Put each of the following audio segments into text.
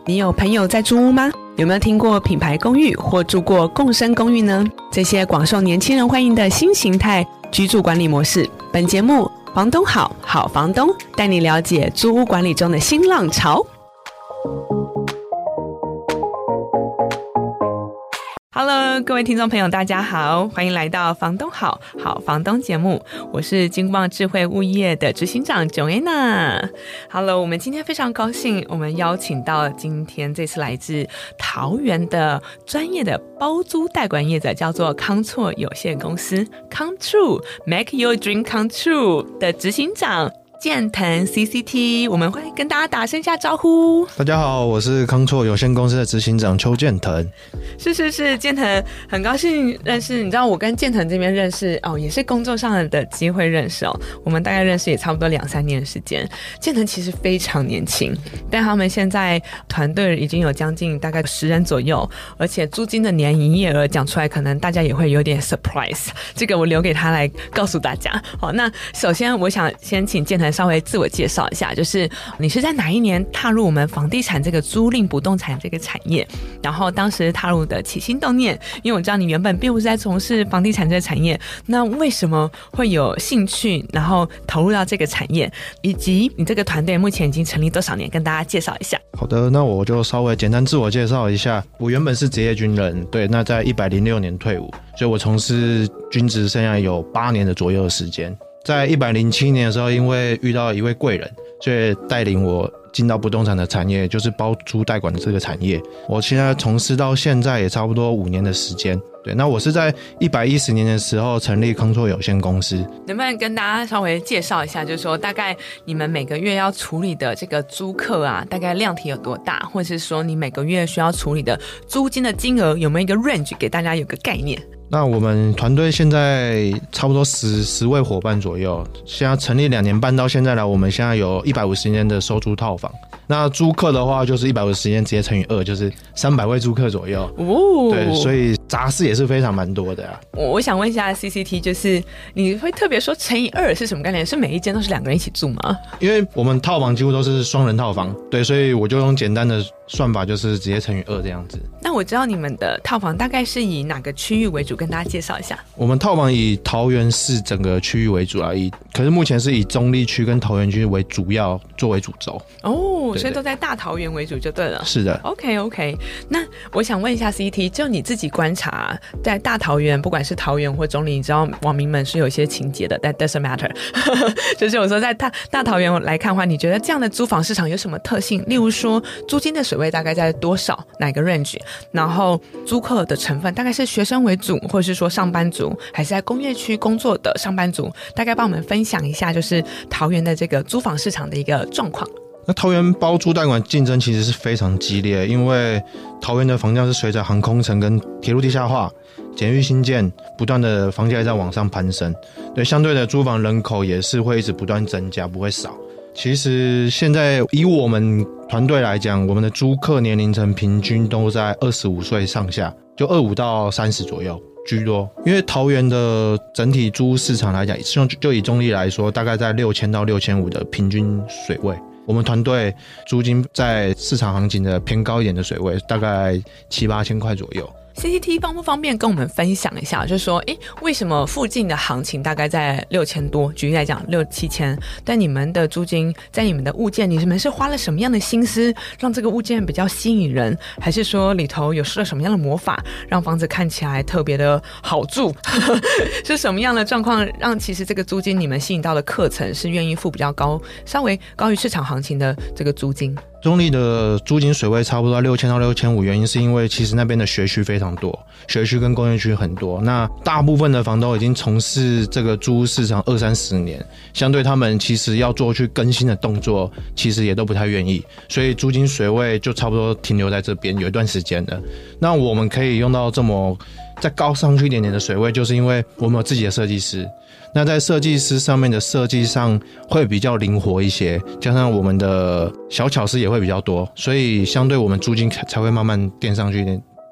你有朋友在租屋吗？有没有听过品牌公寓或住过共生公寓呢？这些广受年轻人欢迎的新形态居住管理模式，本节目房东好，好房东带你了解租屋管理中的新浪潮。Hello， 各位听众朋友，大家好，欢迎来到房东好，好房东节目，我是金光智慧物业的执行长 Joanna。Hello， 我们今天非常高兴，我们邀请到今天这次来自桃园的专业的包租代管业者，叫做康错有限公司 Come True Make Your Dream Come True 的执行长建腾 CCT， 我们会跟大家打声一下招呼。 大家好，我是康错有限公司的执行长邱建腾。 是，建腾很高兴认识，你知道我跟建腾这边认识哦，也是工作上的机会认识哦。我们大概认识也差不多2-3年的时间。建腾其实非常年轻，但他们现在团队已经有将近大概10人左右，而且租金的年营业额讲出来，可能大家也会有点 surprise。这个我留给他来告诉大家。好，那首先我想先请建腾稍微自我介绍一下，就是你是在哪一年踏入我们房地产这个租赁不动产这个产业，然后当时踏入的起心动念，因为我知道你原本并不是在从事房地产这个产业，那为什么会有兴趣然后投入到这个产业，以及你这个团队目前已经成立多少年，跟大家介绍一下。 好的，那我就稍微简单自我介绍一下。我原本是职业军人，对，那在106年退伍，所以我从事军职生涯有8年的左右的时间。在107年的时候，因为遇到一位贵人，所以带领我进到不动产的产业，就是包租代管的这个产业。我现在从事到现在也差不多5年的时间。对，那我是在110年的时候成立康错有限公司。 能不能跟大家稍微介绍一下，就是说大概你们每个月要处理的这个租客啊，大概量体有多大，或者是说你每个月需要处理的租金的金额有没有一个 range 给大家有个概念？ 那我们团队现在差不多10位伙伴左右，现在成立2年半到现在来，我们现在有150间的收租套房。那租客的话就是150间直接乘以2，就是300位租客左右。哦，对，所以杂事也是非常蛮多的啊。 我想问一下 CCT， 就是你会特别说乘以2是什么概念？是每一间都是2个人一起住吗？ 因为我们套房几乎都是双人套房，对，所以我就用简单的算法，就是直接乘以2这样子。 那我知道你们的套房大概是以哪个区域为主，跟大家介绍一下。 我们套房以桃园市整个区域为主啊，可是目前是以中坜区跟桃园区为主要作为主轴。哦， 所以都在大桃园为主就对了。 是的。 OK， 那我想问一下 CT， 就你自己观察，在大桃园，不管是桃园或中坜，你知道网民们是有一些情节的，但 doesn't matter 就是有时候在大桃园来看的话，你觉得这样的租房市场有什么特性？例如说租金的水位大概在多少，哪个 range， 然后租客的成分大概是学生为主，或者是说上班族，还是在工业区工作的上班族，大概帮我们分享一下就是桃园的这个租房市场的一个状况。 那桃园包租代管竞争其实是非常激烈，因为桃园的房价是随着航空城跟铁路地下化、捷运新建，不断的房价在往上攀升。对，相对的租房人口也是会一直不断增加，不会少。其实现在以我们团队来讲，我们的租客年龄层平均都在25岁上下，就25到30左右居多。因为桃园的整体租屋市场来讲，就以中坜来说，大概在6000到6500的平均水位。我们团队租金在市场行情的偏高一点的水位，大概7-8千块左右。 CCT 方不方便跟我们分享一下，就是说为什么附近的行情大概在6000多，举例来讲6-7千，但你们的租金在你们的物件，你们是花了什么样的心思让这个物件比较吸引人，还是说里头有施了什么样的魔法让房子看起来特别的好住是什么样的状况让其实这个租金你们吸引到的客层是愿意付比较高，稍微高于市场行情的这个租金？ 中坜的租金水位差不多6000到6500，原因是因为其实那边的学区非常多，学区跟工业区很多，那大部分的房东已经从事这个租屋市场20-30年，相对他们其实要做去更新的动作，其实也都不太愿意，所以租金水位就差不多停留在这边有一段时间了。那我们可以用到这么再高上去一点点的水位，就是因为我们有自己的设计师，那在设计师上面的设计上会比较灵活一些，加上我们的小巧思也会比较多，所以相对我们租金才会慢慢垫上去一点，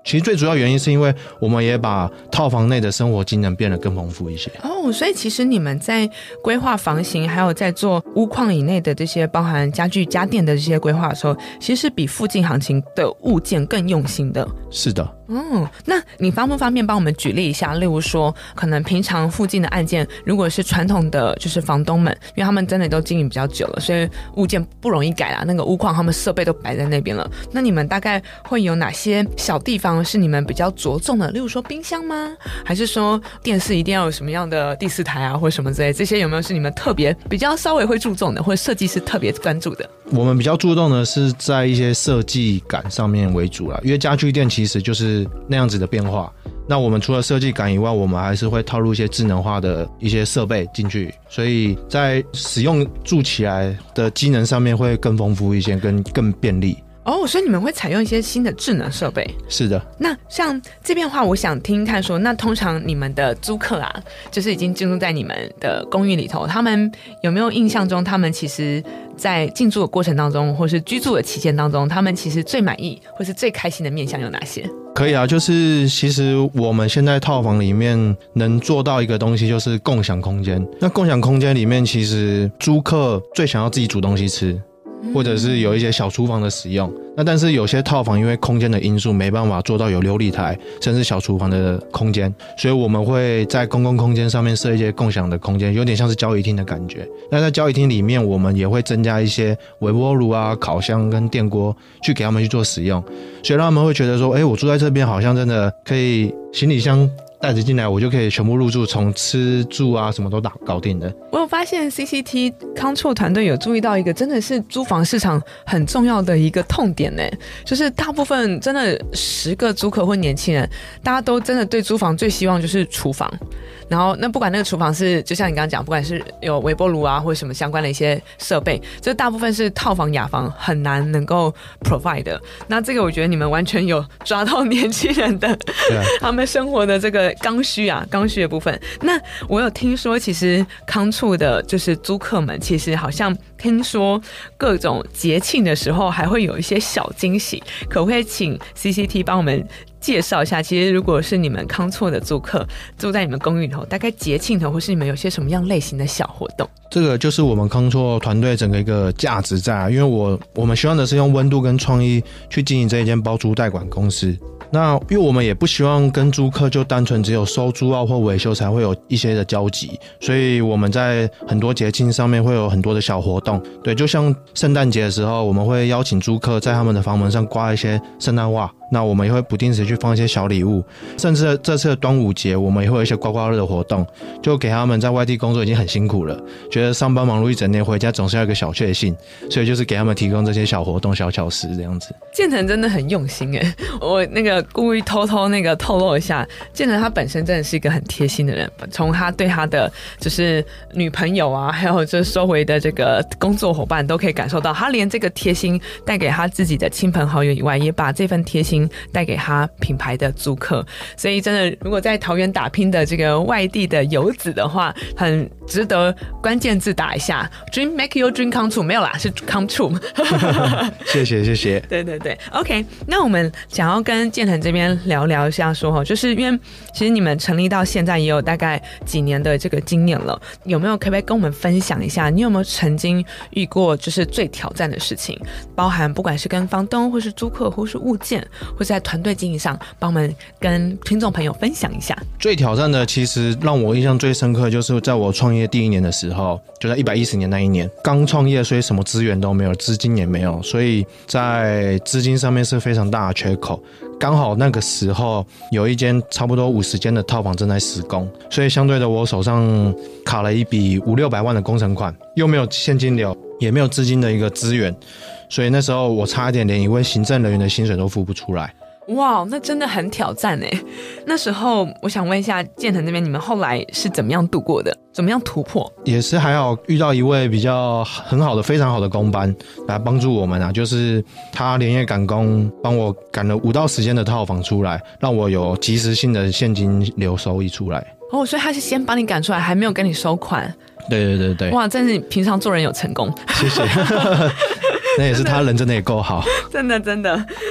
其实最主要原因是因为我们也把套房内的生活机能变得更丰富一些。 所以其实你们在规划房型还有在做屋况以内的这些包含家具家电的这些规划的时候，其实是比附近行情的物件更用心的。 是的。 那你方不方便帮我们举例一下，例如说可能平常附近的案件如果是传统的就是房东们，因为他们真的都经营比较久了，所以物件不容易改啦，那个屋况他们设备都摆在那边了，那你们大概会有哪些小地方是你们比较着重的？例如说冰箱吗？还是说电视一定要有什么样的第四台啊，或什么之类，这些有没有是你们特别比较稍微会注重的，或者设计师特别关注的？ 我们比较注重的是在一些设计感上面为主啦，因为家具店其实就是那样子的变化。那我们除了设计感以外，我们还是会套入一些智能化的一些设备进去，所以在使用住起来的机能上面会更丰富一些，更便利。 所以你们会采用一些新的智能设备？ 是的。 那像这边的话，我想听看说，那通常你们的租客啊，就是已经进入在你们的公寓里头，他们有没有印象中，他们其实在进驻的过程当中，或是居住的期间当中，他们其实最满意或是最开心的面向有哪些？ 可以啊，就是其实我们现在套房里面能做到一个东西，就是共享空间。那共享空间里面，其实租客最想要自己煮东西吃，或者是有一些小厨房的使用。那但是有些套房因为空间的因素没办法做到有流理台甚至小厨房的空间，所以我们会在公共空间上面设一些共享的空间，有点像是交谊厅的感觉。那在交谊厅里面，我们也会增加一些微波炉啊、烤箱跟电锅去给他们去做使用，所以让他们会觉得说，我住在这边好像真的可以行李箱带着进来，我就可以全部入住，从吃住啊什么都搞定的。 我有发现 CCT Control 团队有注意到一个真的是租房市场很重要的一个痛点呢，就是大部分真的10个租客或年轻人，大家都真的对租房最希望就是厨房。然后那不管那个厨房是就像你刚刚讲，不管是有微波炉啊或者什么相关的一些设备，这大部分是套房雅房很难能够 provide 的。那这个我觉得你们完全有抓到年轻人的他们生活的这个刚需的部分。那我有听说其实康处的就是租客们其实好像听说各种节庆的时候还会有一些小惊喜，可不可以请 CCT 帮我们介绍一下，其实如果是你们康错的租客住在你们公寓里头，大概节庆头或是你们有些什么样类型的小活动？ 这个就是我们康错团队整个一个价值在，因为我们希望的是用温度跟创意去经营这一间包租代管公司。那因为我们也不希望跟租客就单纯只有收租啊或维修才会有一些的交集，所以我们在很多节庆上面会有很多的小活动。对，就像圣诞节的时候，我们会邀请租客在他们的房门上挂一些圣诞袜，那我们也会不定时去放一些小礼物，甚至这次的端午节我们也会有一些刮刮乐的活动，就给他们在外地工作已经很辛苦了，觉得上班忙碌一整天回家总是要有一个小确幸，所以就是给他们提供这些小活动小巧思这样子。 建成真的很用心耶，我那个故意偷偷透露一下，建成他本身真的是一个很贴心的人，从他对他的就是女朋友啊，还有就是收回的这个工作伙伴都可以感受到，他连这个贴心带给他自己的亲朋好友以外，也把这份贴心带给他品牌的租客。所以真的如果在桃园打拼的这个外地的游子的话，很值得关键字打一下 Dream Make Your Dream Come True， 没有啦，是 Come True 谢谢对对对 OK， 那我们想要跟建成这边聊一下说，就是因为其实你们成立到现在也有大概几年的这个经验了，有没有可不可以跟我们分享一下，你有没有曾经遇过就是最挑战的事情，包含不管是跟房东或是租客或是物件，或是在团队经营上，帮我们跟听众朋友分享一下。 最挑战的其实让我印象最深刻，就是在我创业第1年的时候，就在110年那一年刚创业，所以什么资源都没有，资金也没有，所以在资金上面是非常大的缺口。刚好那个时候有一间差不多50间的套房正在施工，所以相对的我手上卡了一笔500-600万的工程款，又没有现金流，也没有资金的一个资源，所以那时候我差一点连一位行政人员的薪水都付不出来。 哇，那真的很挑战耶。那时候我想问一下建成这边，你们后来是怎么样度过的，怎么样突破？也是还好遇到一位比较很好的非常好的工班来帮助我们啊，就是他连夜赶工帮我赶了5到10间的套房出来，让我有及时性的现金流收益出来。 哦，所以他是先帮你赶出来，还没有跟你收款。 对， 哇，真是平常做人有成功。 谢谢那也是他人真的也够好。 真的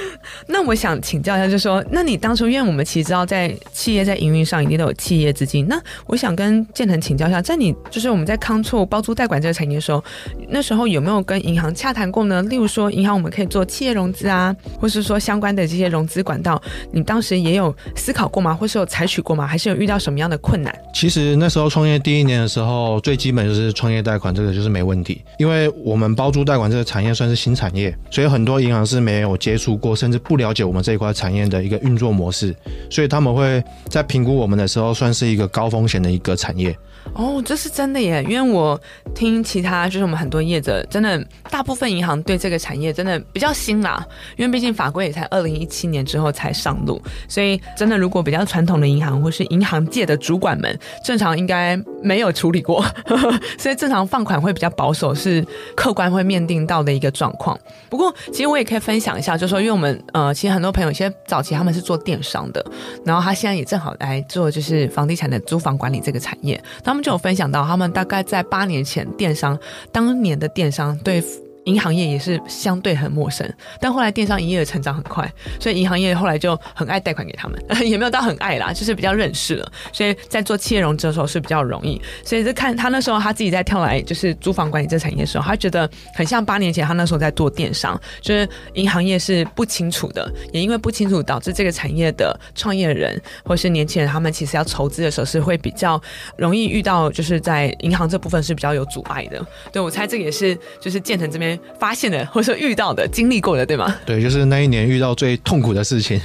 那我想请教一下，就是说，那你当初因为我们其实知道在企业在营运上一定都有企业资金，那我想跟建腾请教一下，在你就是我们在康促包租代管这个产业的时候，那时候有没有跟银行洽谈过呢？例如说，银行我们可以做企业融资啊，或是说相关的这些融资管道，你当时也有思考过吗？或是有采取过吗？还是有遇到什么样的困难？ 其实那时候创业第一年的时候，最基本就是创业贷款，这个就是没问题，因为我们包租贷款这个产业算是新产业，所以很多银行是没有接触过，甚至不了解我们这一块产业的一个运作模式，所以他们会在评估我们的时候，算是一个高风险的一个产业。 哦，这是真的耶！因为我听其他就是我们很多业者，真的大部分银行对这个产业真的比较新啦，因为毕竟法规也才2017年之后才上路，所以真的如果比较传统的银行或是银行界的主管们，正常应该没有处理过，所以正常放款会比较保守，是客观会面定到的一个状况。不过其实我也可以分享一下，就是说因为我们其实很多朋友，一些早期他们是做电商的，然后他现在也正好来做就是房地产的租房管理这个产业，他们就有分享到他们大概在8年前当年的电商对银行业也是相对很陌生，但后来电商营业的成长很快，所以银行业后来就很爱贷款给他们，也没有到很爱啦，就是比较认识了，所以在做企业融资的时候是比较容易。所以就看他那时候他自己在跳来就是租房管理这产业的时候，他觉得很像8年前他那时候在做电商，就是银行业是不清楚的，也因为不清楚导致这个产业的创业人或是年轻人，他们其实要筹资的时候是会比较容易遇到，就是在银行这部分是比较有阻碍的。对，我猜这个也是就是建腾这边发现的或者说遇到的经历过的，对吗？ 对，就是那一年遇到最痛苦的事情。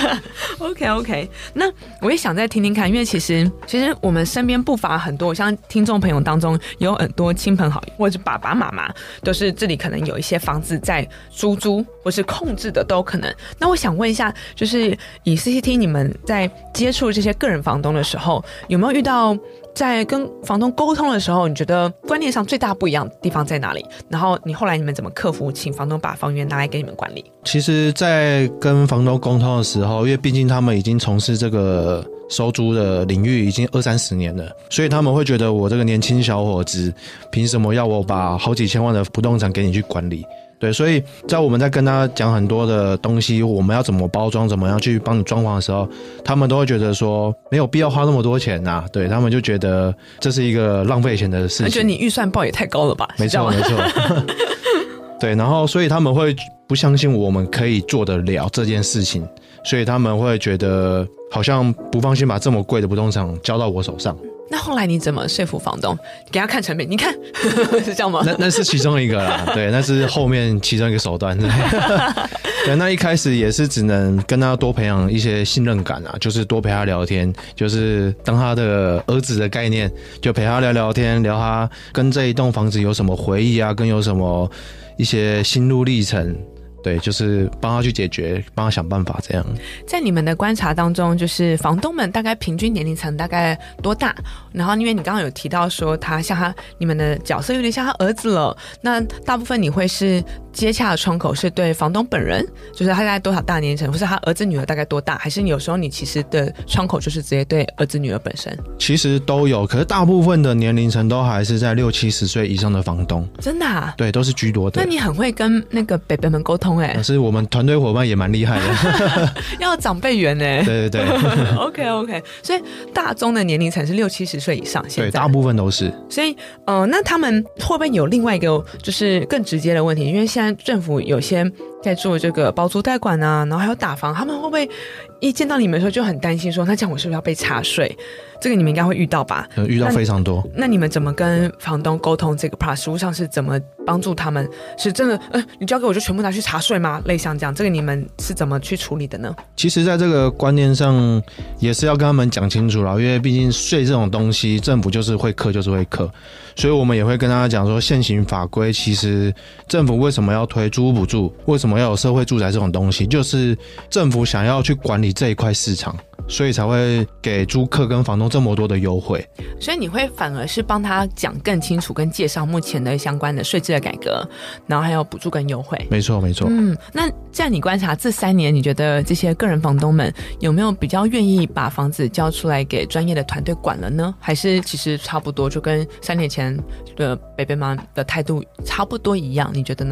OK， 那我也想再听听看，因为其实我们身边不乏很多，像听众朋友当中有很多亲朋好友或者爸爸妈妈，都是这里可能有一些房子在租或是控制的都有可能。那我想问一下，就是以 CCT 你们在接触这些个人房东的时候，有没有遇到在跟房东沟通的时候，你觉得观念上最大不一样的地方在哪里？然后后来你们怎么克服，请房东把房源拿来给你们管理？ 其实在跟房东沟通的时候，因为毕竟他们已经从事这个收租的领域已经20-30年了，所以他们会觉得我这个年轻小伙子凭什么要我把好几千万的不动产给你去管理？对，所以在我们在跟他讲很多的东西，我们要怎么包装，怎么样去帮你装潢的时候，他们都会觉得说没有必要花那么多钱啊。对，他们就觉得这是一个浪费钱的事情。 觉得你预算报也太高了吧？ 没错没错。对，然后所以他们会不相信我们可以做得了这件事情，所以他们会觉得好像不放心把这么贵的不动产交到我手上。 那后来你怎么说服房东？给他看成本，你看是这样吗？ 那是其中一个啦，对，那是后面其中一个手段。对，那一开始也是只能跟他多培养一些信任感啊，就是多陪他聊天，就是当他的儿子的概念，就陪他聊聊天，聊他跟这一栋房子有什么回忆啊，跟有什么一些心路历程。对，就是帮他去解决，帮他想办法这样。 在你们的观察当中，就是房东们大概平均年龄层大概多大？然后因为你刚刚有提到说你们的角色有点像他儿子了，那大部分你会是接洽的窗口是对房东本人，就是他大概多少大年龄层，或是他儿子女儿大概多大，还是有时候你其实的窗口就是直接对儿子女儿本身？ 其实都有，可是大部分的年龄层都还是在60-70岁以上的房东。 真的啊？ 对，都是居多的。 那你很会跟那个北北们沟通是我们团队伙伴也蛮厉害的。 要长辈缘对对对。 OK， 所以大宗的年龄层是60-70岁以上，现在对，大部分都是。 所以那他们会不会有另外一个就是更直接的问题？因为现在政府有些在做这个包租代管啊，然后还有打房，他们会不会一见到你们的时候就很担心说，那这样我是不是要被查税？这个你们应该会遇到吧？ 遇到非常多。 那你们怎么跟房东沟通这个 part？ 实务上是怎么帮助他们？是真的你交给我就全部拿去查税吗？类像这样，这个你们是怎么去处理的呢？ 其实在这个观念上也是要跟他们讲清楚啦，因为毕竟税这种东西政府就是会课就是会课，所以我们也会跟大家讲说，现行法规其实政府为什么要推租屋补助，为什么要有社会住宅这种东西，就是政府想要去管理这一块市场，所以才会给租客跟房东这么多的优惠。 所以你会反而是帮他讲更清楚跟介绍目前的相关的税制的改革，然后还有补助跟优惠。 没错没错。 那在你观察这3年，你觉得这些个人房东们有没有比较愿意把房子交出来给专业的团队管了呢？还是其实差不多就跟3年前的北北妈的态度差不多一样？你觉得呢？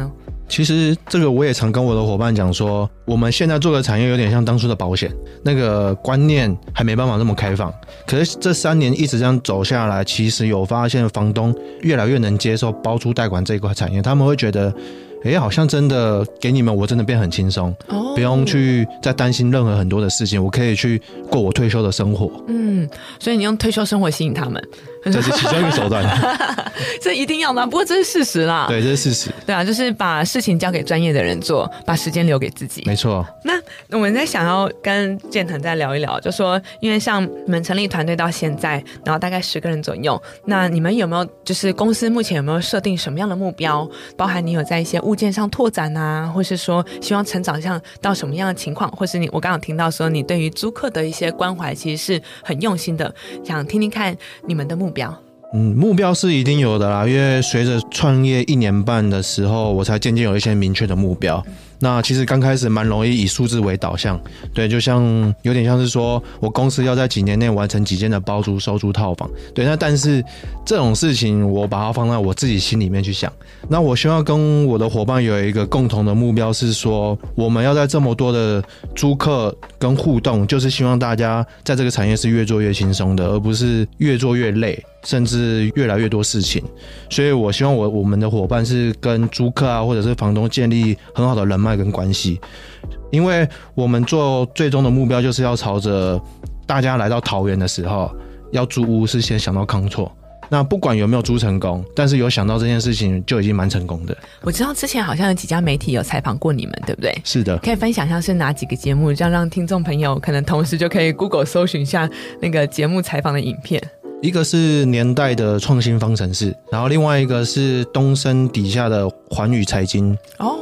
其实这个我也常跟我的伙伴讲说，我们现在做的产业有点像当初的保险，那个观念还没办法那么开放。可是这3年一直这样走下来，其实有发现房东越来越能接受包租代管这一块产业，他们会觉得好像真的给你们，我真的变很轻松，不用去再担心任何很多的事情，我可以去过我退休的生活。 所以你用退休生活吸引他们， 这是其中一个手段。 这一定要的，不过这是事实啦。 对，这是事实。 对啊，就是把事情交给专业的人做，把时间留给自己。 没错。 那我们在想要跟建腾再聊一聊，就说因为像你们成立团队到现在，然后大概10个人左右，那你们有没有就是公司目前有没有设定什么样的目标？包含你有在一些物件上拓展啊，或是说希望成长像到什么样的情况，或是我刚刚听到说你对于租客的一些关怀其实是很用心的，想听听看你们的目标。 目标是一定有的啦，因为随着创业1年半的时候，我才渐渐有一些明确的目标。那其实刚开始蛮容易以数字为导向，对，就像有点像是说我公司要在几年内完成几间的包租收租套房，对，那但是这种事情我把它放在我自己心里面去想。那我希望跟我的伙伴有一个共同的目标是说，我们要在这么多的租客跟互动，就是希望大家在这个产业是越做越轻松的，而不是越做越累，甚至越来越多事情。所以我希望我们的伙伴是跟租客啊或者是房东建立很好的人脉跟关系，因为我们做最终的目标就是要朝着大家来到桃园的时候要租屋是先想到康拓，那不管有没有租成功，但是有想到这件事情就已经蛮成功的。 我知道之前好像有几家媒体有采访过你们，对不对？ 是的。 可以分享一下是哪几个节目，这样让听众朋友可能同时就可以 Google 搜寻一下那个节目采访的影片。 一个是年代的创新方程式，然后另外一个是东森底下的环宇财经。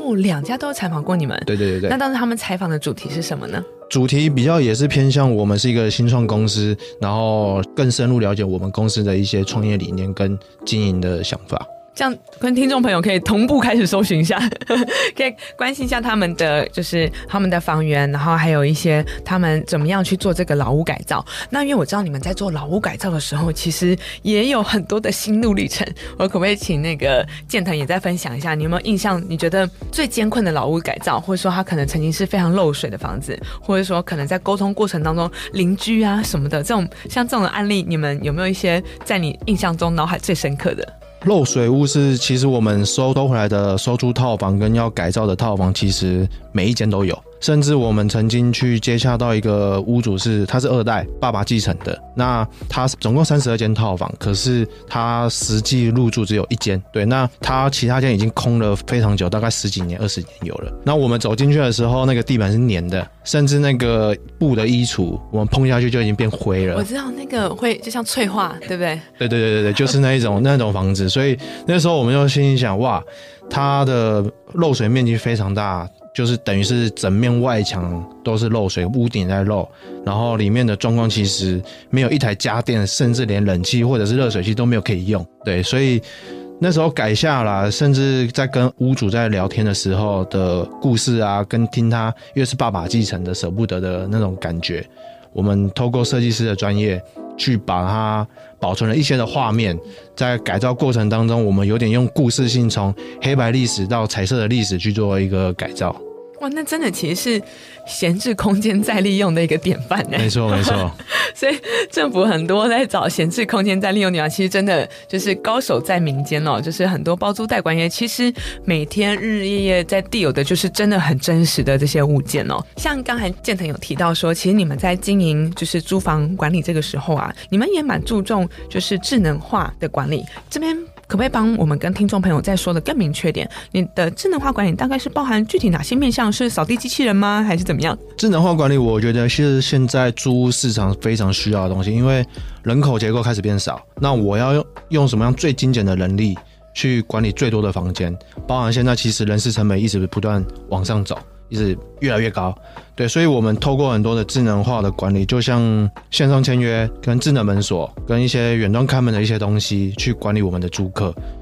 2家都有采访过你们。 对对对对。 那当时他们采访的主题是什么呢？ 主题比较也是偏向我们是一个新创公司，然后更深入了解我们公司的一些创业理念跟经营的想法。 这样跟听众朋友可以同步开始搜寻一下可以关心一下他们的就是他们的房源，然后还有一些他们怎么样去做这个老屋改造。那因为我知道你们在做老屋改造的时候其实也有很多的心路历程，我可不可以请那个建腾也再分享一下，你有没有印象你觉得最艰困的老屋改造，或者说它可能曾经是非常漏水的房子，或者说可能在沟通过程当中邻居啊什么的，这种像这种的案例，你们有没有一些在你印象中脑海最深刻的？ 漏水屋是其实我们收回来的收租套房跟要改造的套房，其实每一间都有。甚至我们曾经去接洽到一个屋主他是2代，爸爸继承的。那他总共32间套房，可是他实际入住只有1间。对，那他其他间已经空了非常久，大概10几年、20年有了。那我们走进去的时候，那个地板是黏的，甚至那个布的衣橱，我们碰下去就已经变灰了。 我知道那个会就像脆化，对不对？ 对对对对，就是那种房子。所以那时候我们就心里想，哇，它的漏水面积非常大。就是等于是整面外墙都是漏水，屋顶在漏，然后里面的状况其实没有一台家电，甚至连冷气或者是热水器都没有可以用。对，所以那时候改下来，甚至在跟屋主在聊天的时候的故事啊，跟听他因为是爸爸继承的舍不得的那种感觉，我们透过设计师的专业去把它保存了一些的画面，在改造过程当中，我们有点用故事性从黑白历史到彩色的历史去做一个改造。 哇，那真的其实是闲置空间再利用的一个典范呢。 没错没错。 所以政府很多在找闲置空间再利用地方，其实真的就是高手在民间哦。就是很多包租代管业，其实每天日日夜夜在地有的就是真的很真实的这些物件哦。像刚才建腾有提到说，其实你们在经营就是租房管理这个时候啊，你们也蛮注重就是智能化的管理。这边可不可以帮我们跟听众朋友再说的更明确点？你的智能化管理大概是包含具体哪些面向？是扫地机器人吗？还是怎么样？ 智能化管理我觉得是现在租屋市场非常需要的东西，因为人口结构开始变少，那我要用什么样最精简的人力去管理最多的房间，包含现在其实人事成本一直不断往上走，一直越来越高。对，所以我们透过很多的智能化的管理，就像线上签约跟智能门锁跟一些远端看门的一些东西去管理我们的租客，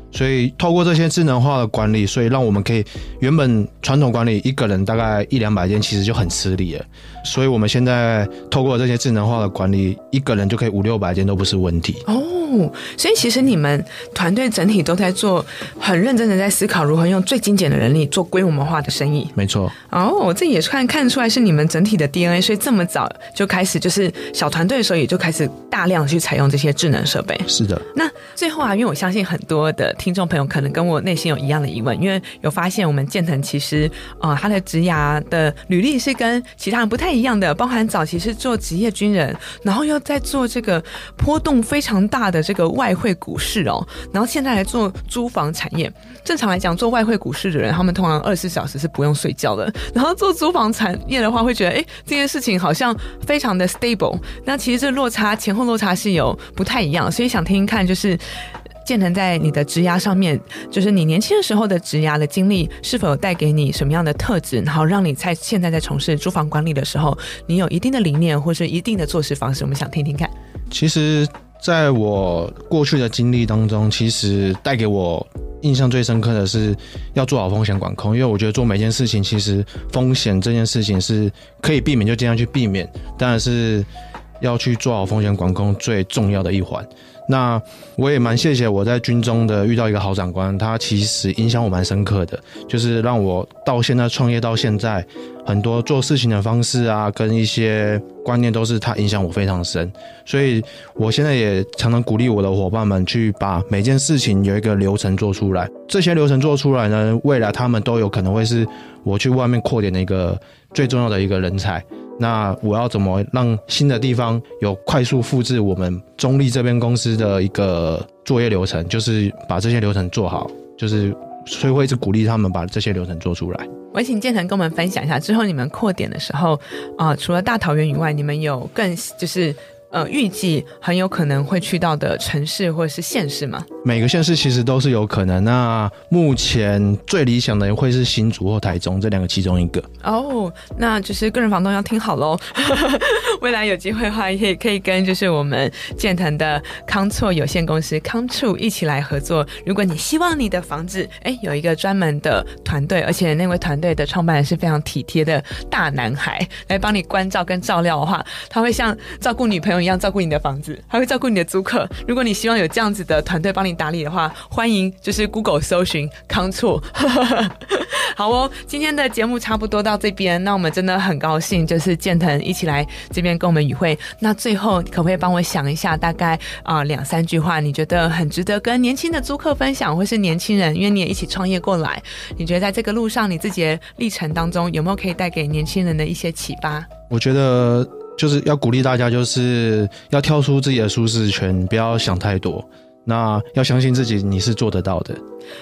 所以透过这些智能化的管理，所以让我们可以原本传统管理一个人大概100-200件其实就很吃力了，所以我们现在透过这些智能化的管理，一个人就可以500-600件都不是问题。 所以其实你们团队整体都在做很认真的在思考如何用最精简的人力做规模化的生意。 没错。 这也看出来是你们整体的 DNA， 所以这么早就开始，就是小团队的时候也就开始大量去采用这些智能设备。 是的。 那最后因为我相信很多的听众朋友可能跟我内心有一样的疑问，因为有发现我们建腾其实他的职涯的履历是跟其他人不太一样的，包含早期是做职业军人，然后又在做这个波动非常大的这个外汇股市然后现在来做租房产业。正常来讲，做外汇股市的人他们通常24小时是不用睡觉的，然后做租房产业的话会觉得这件事情好像非常的 stable， 那其实这落差前后落差是有不太一样，所以想听听看就是建腾在你的职涯上面，就是你年轻的时候的职涯的经历是否有带给你什么样的特质，然后让你现在在从事租房管理的时候你有一定的理念或是一定的做事方式，我们想听听看。 其实在我过去的经历当中，其实带给我印象最深刻的是要做好风险管控，因为我觉得做每件事情其实风险这件事情是可以避免就尽量去避免，当然是要去做好风险管控最重要的一环。那我也蛮谢谢我在军中的遇到一个好长官，他其实影响我蛮深刻的，就是让我到现在创业到现在很多做事情的方式啊跟一些观念都是他影响我非常深，所以我现在也常常鼓励我的伙伴们去把每件事情有一个流程做出来，这些流程做出来呢，未来他们都有可能会是我去外面扩点的一个最重要的一个人才。那我要怎么让新的地方有快速复制我们中立这边公司的一个作业流程，就是把这些流程做好，就是所以会一直鼓励他们把这些流程做出来。 我请建腾跟我们分享一下，之后你们扩点的时候除了大桃园以外，你们有更就是预计很有可能会去到的城市或者是县市吗？ 每个县市其实都是有可能，那目前最理想的会是新竹或台中这两个其中一个。 那就是个人房东要听好咯未来有机会的话也可以跟就是我们建腾的康措有限公司康处一起来合作。如果你希望你的房子有一个专门的团队，而且那位团队的创办人是非常体贴的大男孩来帮你关照跟照料的话，他会像照顾女朋友一样照顾你的房子，还会照顾你的租客。如果你希望有这样子的团队帮你打理的话，欢迎就是 Google 搜寻康措好今天的节目差不多到这边，那我们真的很高兴就是建腾一起来这边跟我们与会。那最后可不可以帮我想一下大概2-3句话你觉得很值得跟年轻的租客分享，或是年轻人因为你也一起创业过来，你觉得在这个路上你自己的历程当中有没有可以带给年轻人的一些启发？ 我觉得就是要鼓励大家，就是要跳出自己的舒适圈，不要想太多，那要相信自己，你是做得到的。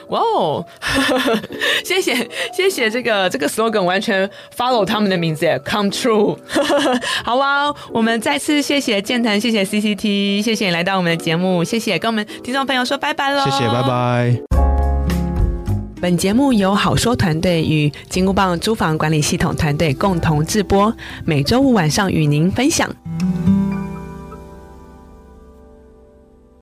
谢谢这个 slogan 完全 follow 他们的名字 come true 好我们再次谢谢建腾，谢谢 CCT， 谢谢你来到我们的节目，谢谢跟我们听众朋友说拜拜咯。谢谢，拜拜。 本节目由好说团队与金箍棒租房管理系统团队共同制播，每周五晚上与您分享。